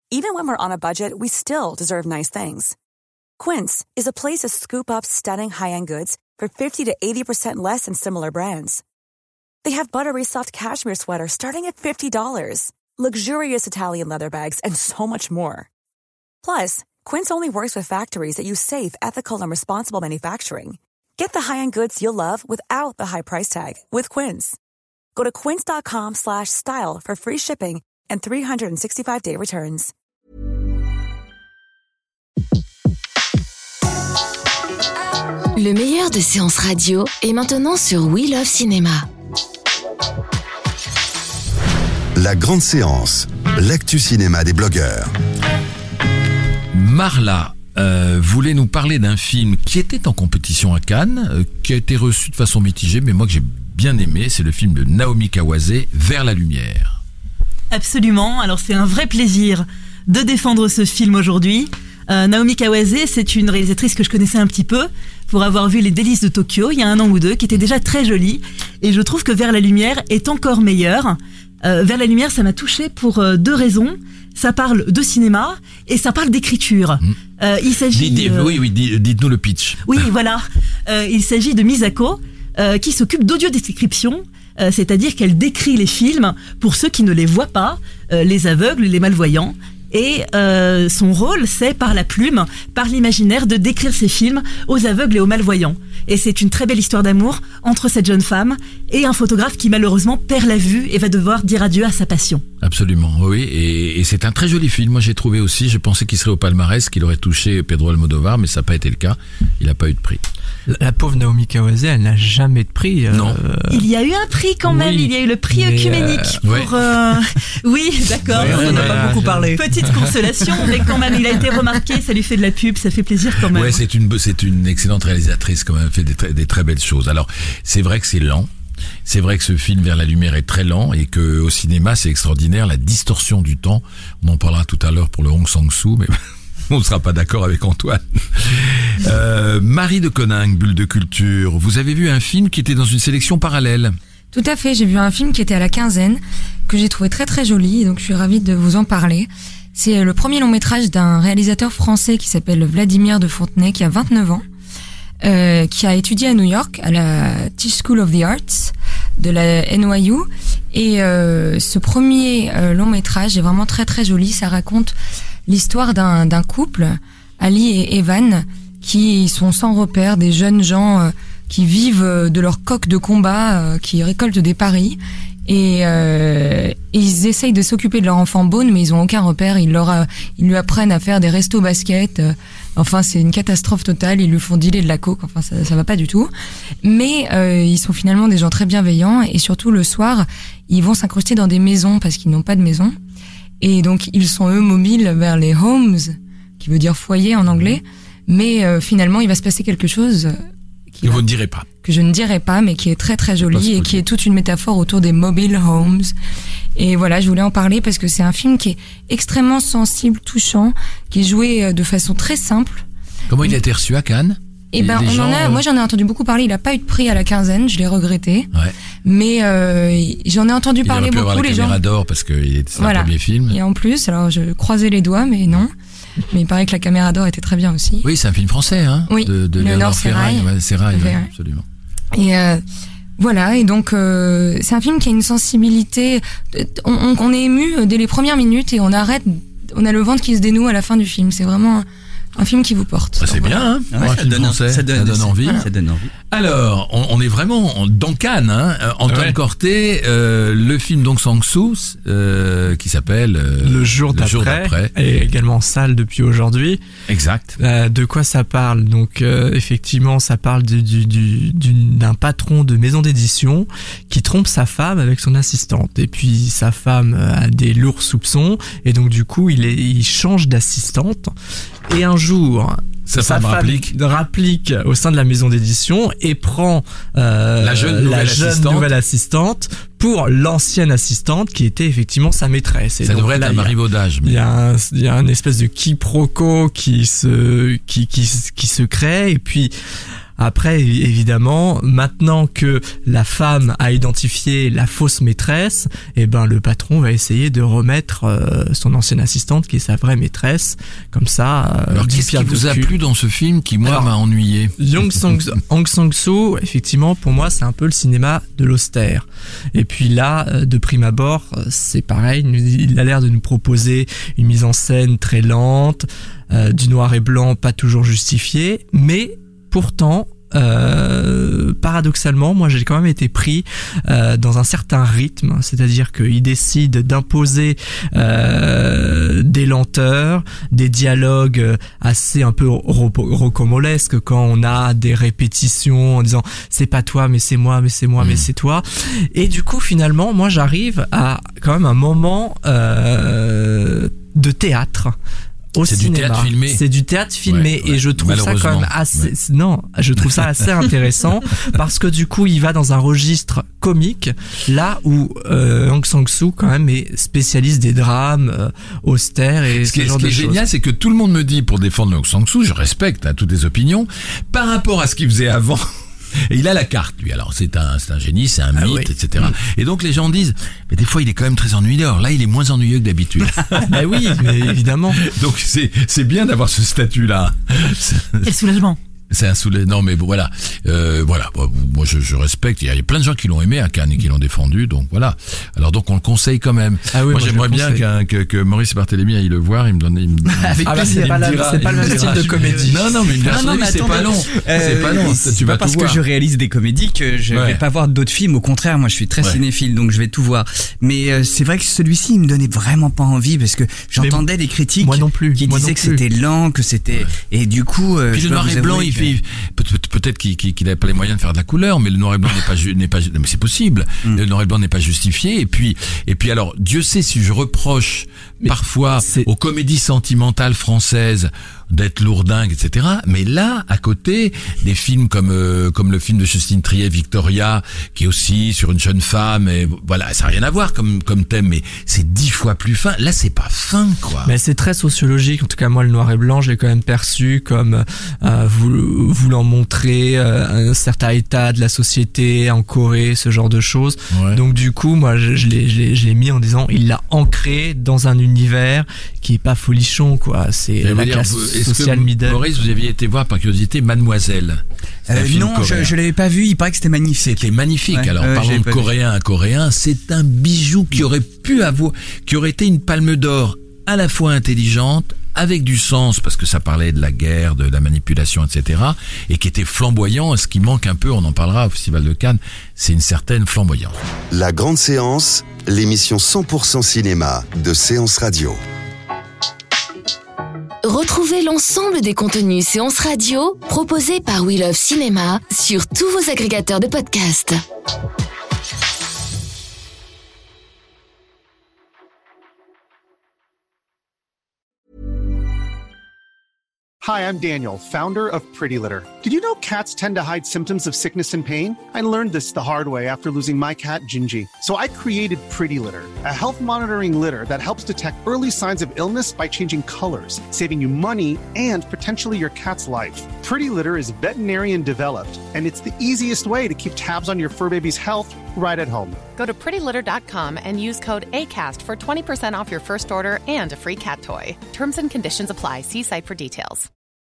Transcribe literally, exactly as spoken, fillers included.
Even when we're on a budget, we still deserve nice things. Quince is a place to scoop up stunning high-end goods for fifty to eighty percent less than similar brands. They have buttery soft cashmere sweaters starting at fifty dollars, luxurious Italian leather bags, and so much more. Plus, Quince only works with factories that use safe, ethical, and responsible manufacturing. Get the high-end goods you'll love without the high price tag with Quince. Go to quince.com slash style for free shipping and three sixty-five day returns. Le meilleur de séances radio est maintenant sur We Love Cinéma. La grande séance, l'actu cinéma des blogueurs. Marla euh, voulait nous parler d'un film qui était en compétition à Cannes, euh, qui a été reçu de façon mitigée, mais moi que j'ai bien aimé, c'est le film de Naomi Kawase, Vers la lumière. Absolument, alors c'est un vrai plaisir de défendre ce film aujourd'hui. Euh, Naomi Kawase, c'est une réalisatrice que je connaissais un petit peu pour avoir vu Les Délices de Tokyo il y a un an ou deux, qui était déjà très jolie, et je trouve que Vers la lumière est encore meilleur. Euh, Vers la lumière, ça m'a touchée pour euh, deux raisons. Ça parle de cinéma et ça parle d'écriture. Mmh. Euh, il s'agit. Dis, dis, euh... Oui, oui, dis, dites-nous le pitch. Oui, voilà. Euh, il s'agit de Misako euh, qui s'occupe d'audio-description, euh, c'est-à-dire qu'elle décrit les films pour ceux qui ne les voient pas, euh, les aveugles, les malvoyants. Et euh, son rôle, c'est par la plume, par l'imaginaire, de décrire ces films aux aveugles et aux malvoyants. Et c'est une très belle histoire d'amour entre cette jeune femme et un photographe qui malheureusement perd la vue et va devoir dire adieu à sa passion. Absolument, oui. Et, et c'est un très joli film. Moi, j'ai trouvé aussi, je pensais qu'il serait au palmarès, qu'il aurait touché Pedro Almodovar, mais ça n'a pas été le cas. Il n'a pas eu de prix. La pauvre Naomi Kawase, elle n'a jamais de prix. Euh... Non. Il y a eu un prix quand même. Oui, il y a eu le prix œcuménique euh... pour. Euh... Oui, d'accord. Oui, on n'en a pas beaucoup parlé. Petite consolation, mais quand même, il a été remarqué. Ça lui fait de la pub, ça fait plaisir quand même. Ouais, c'est une c'est une excellente réalisatrice quand même. Elle fait des très, des très belles choses. Alors, c'est vrai que c'est lent. C'est vrai que ce film Vers la lumière est très lent et que au cinéma c'est extraordinaire la distorsion du temps. On en parlera tout à l'heure pour le Hong Sang-soo, mais on ne sera pas d'accord avec Antoine. Euh, Marie de Coninck, Bulle de Culture, vous avez vu un film qui était dans une sélection parallèle. Tout à fait, j'ai vu un film qui était à la quinzaine, que j'ai trouvé très très joli, donc je suis ravie de vous en parler. C'est le premier long métrage d'un réalisateur français qui s'appelle Vladimir de Fontenay, qui a vingt-neuf ans, euh, qui a étudié à New York, à la Tisch School of the Arts de la N Y U. Et euh, ce premier euh, long métrage est vraiment très très joli, ça raconte l'histoire d'un, d'un couple, Ali et Evan, qui sont sans repère, des jeunes gens euh, qui vivent de leur coq de combat, euh, qui récoltent des paris. Et, euh, et ils essayent de s'occuper de leur enfant Bone, mais ils ont aucun repère. Ils, leur a, ils lui apprennent à faire des restos basket. Euh, enfin, c'est une catastrophe totale. Ils lui font dealer de la coke. Enfin, ça, ça va pas du tout. Mais euh, ils sont finalement des gens très bienveillants. Et surtout, le soir, ils vont s'incruster dans des maisons parce qu'ils n'ont pas de maison. Et donc, ils sont eux mobiles vers les homes, qui veut dire foyer en anglais. Mais euh, finalement, il va se passer quelque chose que vous ne direz pas. Que je ne dirai pas, mais qui est très très joli et qui est toute une métaphore autour des mobile homes. Et voilà, je voulais en parler parce que c'est un film qui est extrêmement sensible, touchant, qui est joué de façon très simple. Comment il a été reçu à Cannes? Eh ben, on gens, en a, euh... moi j'en ai entendu beaucoup parler. Il a pas eu de prix à la quinzaine, je l'ai regretté. Ouais. Mais euh, j'en ai entendu il parler beaucoup. Avoir les gens. Caméra d'or parce que c'est voilà. un premier film. Et en plus, alors je croisais les doigts, mais non. Mais il paraît que La Caméra d'or était très bien aussi. Oui, c'est un film français, hein. Oui. De, de Léonore Ferraille. Ouais, Ferraille, ouais, absolument. Et euh, voilà, et donc euh, c'est un film qui a une sensibilité. On, on, on est ému dès les premières minutes et on arrête. On a le ventre qui se dénoue à la fin du film. C'est vraiment un film qui vous porte. Ah, c'est bien, hein. Ah ouais, ça, donne, français, ça, donne, ça donne envie. Voilà. Ça donne envie. Alors, on, on est vraiment dans Cannes, hein. Antoine ouais. Corté, euh, le film d'Hong Sang-soo, euh, qui s'appelle euh, Le jour d'après, jour d'après, est également en salle depuis aujourd'hui. Exact. Euh, de quoi ça parle? Donc, euh, effectivement, ça parle du, du, du, d'un patron de maison d'édition qui trompe sa femme avec son assistante. Et puis, sa femme a des lourds soupçons, et donc du coup, il, est, il change d'assistante. Et un jour, sa, sa femme femme rapplique. rapplique au sein de la maison d'édition et prend euh, la jeune, nouvelle, la jeune assistante. nouvelle assistante pour l'ancienne assistante qui était effectivement sa maîtresse. Et ça donc, devrait là, être un marivaudage. Il y a un, il y a une espèce de quiproquo qui se, qui, qui, qui se crée, et puis Après, évidemment, maintenant que la femme a identifié la fausse maîtresse, eh ben le patron va essayer de remettre euh, son ancienne assistante, qui est sa vraie maîtresse, comme ça. Euh, Alors qu'est-ce qui vous a plu dans ce film qui moi Alors, m'a ennuyé? Aung San, Aung San Suu, effectivement, pour moi, c'est un peu le cinéma de l'austère. Et puis là, de prime abord, c'est pareil. Il a l'air de nous proposer une mise en scène très lente, euh, du noir et blanc, pas toujours justifié, mais pourtant, euh, paradoxalement, moi j'ai quand même été pris euh, dans un certain rythme, c'est-à-dire qu'il décide d'imposer euh, des lenteurs, des dialogues assez un peu ro- rocambolesques quand on a des répétitions en disant c'est pas toi mais c'est moi mais c'est moi mmh. mais c'est toi, et du coup finalement moi j'arrive à quand même un moment euh, de théâtre. Au c'est cinéma. du théâtre filmé. C'est du théâtre filmé ouais, ouais, et je trouve ça quand même assez, ouais. non, je trouve ça assez intéressant parce que du coup il va dans un registre comique là où euh, Aung San Suu quand même est spécialiste des drames euh, austères et ce, ce qui est, genre ce qui de est choses. génial, c'est que tout le monde me dit pour défendre Aung San Suu, je respecte hein, toutes les opinions par rapport à ce qu'il faisait avant. Et il a la carte, lui. Alors, c'est un, c'est un génie, c'est un ah mythe, oui. et cetera. Mmh. Et donc, les gens disent, mais des fois, il est quand même très ennuyeux. Alors là, il est moins ennuyeux que d'habitude. Bah oui, mais évidemment. Donc, c'est, c'est bien d'avoir ce statut-là. Quel soulagement. C'est un soulagement. Non, mais voilà. Euh, voilà. Moi, je, je respecte. Il y a plein de gens qui l'ont aimé à Cannes et qui l'ont défendu. Donc, voilà. Alors, donc, on le conseille quand même. Ah oui, moi, moi j'aimerais bien qu'un, que, que Maurice Barthélémy aille le voir. Il me donne, il me... Avec ah, bah, c'est, pas la, c'est pas le même style de comédie. Non, non, mais une non, non, mais c'est pas long. Euh, c'est pas long. C'est tu pas vas parce tout que voir. je réalise des comédies que je ouais. vais pas voir d'autres films. Au contraire, moi, je suis très ouais. cinéphile, donc je vais tout voir. Mais euh, c'est vrai que celui-ci, il me donnait vraiment pas envie parce que j'entendais des critiques moi non plus. qui moi disaient non que c'était lent, que c'était, et du coup, puis le noir et blanc, il fait peut-être qu'il qu'il n'avait pas les moyens de faire de la couleur, mais le noir et blanc n'est pas ju- n'est pas mais c'est possible. Mm. Le noir et blanc n'est pas justifié. Et puis et puis alors Dieu sait si je reproche mais parfois c'est... aux comédies sentimentales françaises d'être lourdingue, et cetera. Mais là, à côté, des films comme euh, comme le film de Justine Triet, Victoria, qui est aussi sur une jeune femme, et voilà, ça n'a rien à voir comme comme thème, mais c'est dix fois plus fin. Là, c'est pas fin, quoi. Mais c'est très sociologique. En tout cas, moi, le noir et blanc, je l'ai quand même perçu comme euh, voulant montrer euh, un certain état de la société en Corée, ce genre de choses. Ouais. Donc, du coup, moi, je, je l'ai je l'ai je l'ai mis en disant, il l'a ancré dans un univers qui est pas folichon, quoi. C'est la classe social middle. Maurice, vous aviez été voir par curiosité Mademoiselle. Euh, non, je, je l'avais pas vu. Il paraît que c'était magnifique. C'était magnifique. Ouais, Alors, euh, parlons de coréen à coréen, c'est un bijou qui aurait pu avoir, qui aurait été une palme d'or à la fois intelligente, avec du sens, parce que ça parlait de la guerre, de la manipulation, et cetera, et qui était flamboyant. Ce qui manque un peu, on en parlera au Festival de Cannes, c'est une certaine flamboyance. La grande séance, l'émission cent pour cent cinéma de Séance Radio. Retrouvez l'ensemble des contenus Séance Radio proposés par We Love Cinéma sur tous vos agrégateurs de podcasts. Hi, I'm Daniel, founder of Pretty Litter. Did you know cats tend to hide symptoms of sickness and pain? I learned this the hard way after losing my cat, Gingy. So I created Pretty Litter, a health monitoring litter that helps detect early signs of illness by changing colors, saving you money and potentially your cat's life. Pretty Litter is veterinarian developed, and it's the easiest way to keep tabs on your fur baby's health right at home. Go to pretty litter dot com and use code ACAST for twenty percent off your first order and a free cat toy. Terms and conditions apply. See site for details.